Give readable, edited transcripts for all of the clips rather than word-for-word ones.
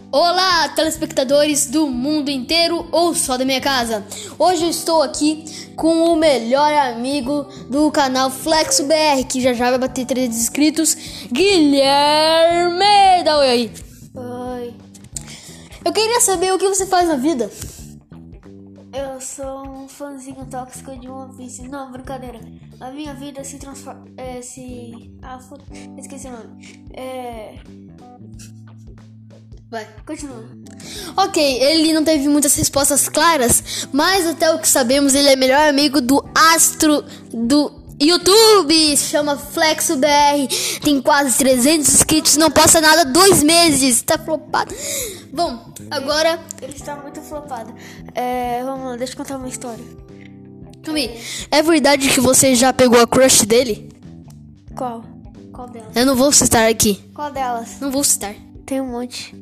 Olá, telespectadores do mundo inteiro ou só da minha casa. Hoje eu estou aqui com o melhor amigo do canal FlexoBR, que já vai bater 300 inscritos, Guilherme. Dá oi aí. Oi. Eu queria saber o que você faz na vida. Eu sou um fãzinho tóxico de One Piece. Não, brincadeira. A minha vida se transforma... esqueci o nome. Vai. Continua. Ok, ele não teve muitas respostas claras, mas até o que sabemos, ele é melhor amigo do astro do YouTube. Se chama FlexoBR, tem quase 300 inscritos, não posta nada há 2 meses, tá flopado. Bom, agora... Ele está muito flopado. Vamos lá, deixa eu contar uma história. Tumi, é verdade que você já pegou a crush dele? Qual? Qual delas? Eu não vou citar aqui. Qual delas? Não vou citar. Tem um monte.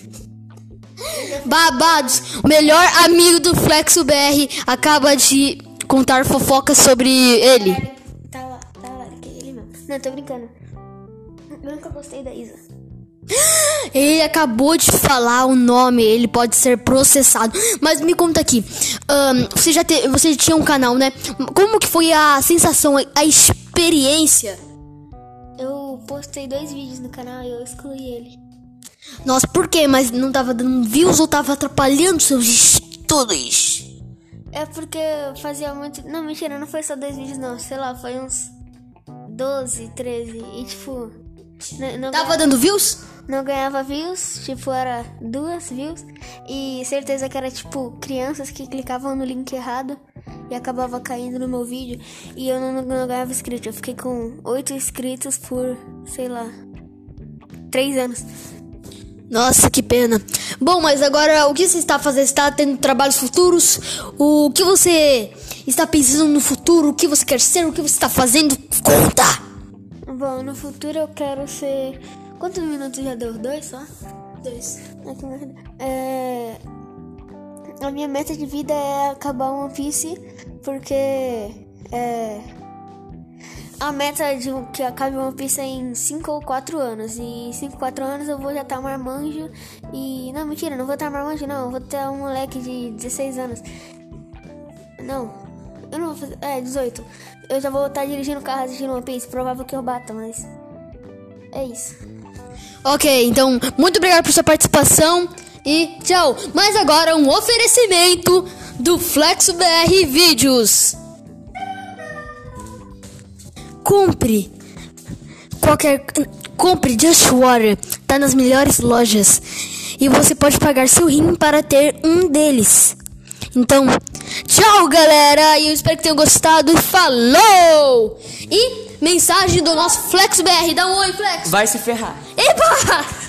Babados, o melhor amigo do FlexoBR acaba de contar fofocas sobre ele. Tá lá, que é ele mesmo. Não, tô brincando. Eu nunca gostei da Isa. Ele acabou de falar o nome, ele pode ser processado. Mas me conta aqui, você tinha um canal, né? Como que foi a sensação, a experiência? Eu postei 2 vídeos no canal e eu excluí ele. Nossa, por quê? Mas não tava dando views ou tava atrapalhando seus estudos? É porque fazia muito... Não, mentira, não foi só 2 vídeos não. Sei lá, foi uns 12, 13. E tipo... Não Tava dando views? Não ganhava views, tipo, era 2 views. E certeza que era tipo crianças que clicavam no link errado e acabava caindo no meu vídeo. E eu não ganhava inscrito. Eu fiquei com 8 inscritos por, sei lá, 3 anos. Nossa, que pena. Bom, mas agora o que você está fazendo? Está tendo trabalhos futuros? O que você está pensando no futuro? O que você quer ser? O que você está fazendo? Conta! Bom, no futuro eu quero ser... Quantos minutos já deu? 2 só? 2. A minha meta de vida é acabar One Piece, porque a meta de que acabe One Piece é em 5 ou 4 anos. E em 5 ou 4 anos eu vou já estar marmanjo. E... Não, mentira, não vou estar marmanjo não. Eu vou ter um moleque de 16 anos. Não, eu não vou fazer... 18. Eu já vou estar dirigindo carro assistindo One Piece. Provável que eu bata, mas... É isso. Ok, então, muito obrigado por sua participação e tchau. Mas agora um oferecimento do FlexoBR Vídeos. Compre Just Water, tá nas melhores lojas e você pode pagar seu rim para ter um deles. Então, tchau galera, e eu espero que tenham gostado. Falou! E mensagem do nosso FlexoBR, dá um oi, Flex. Vai se ferrar. Epa!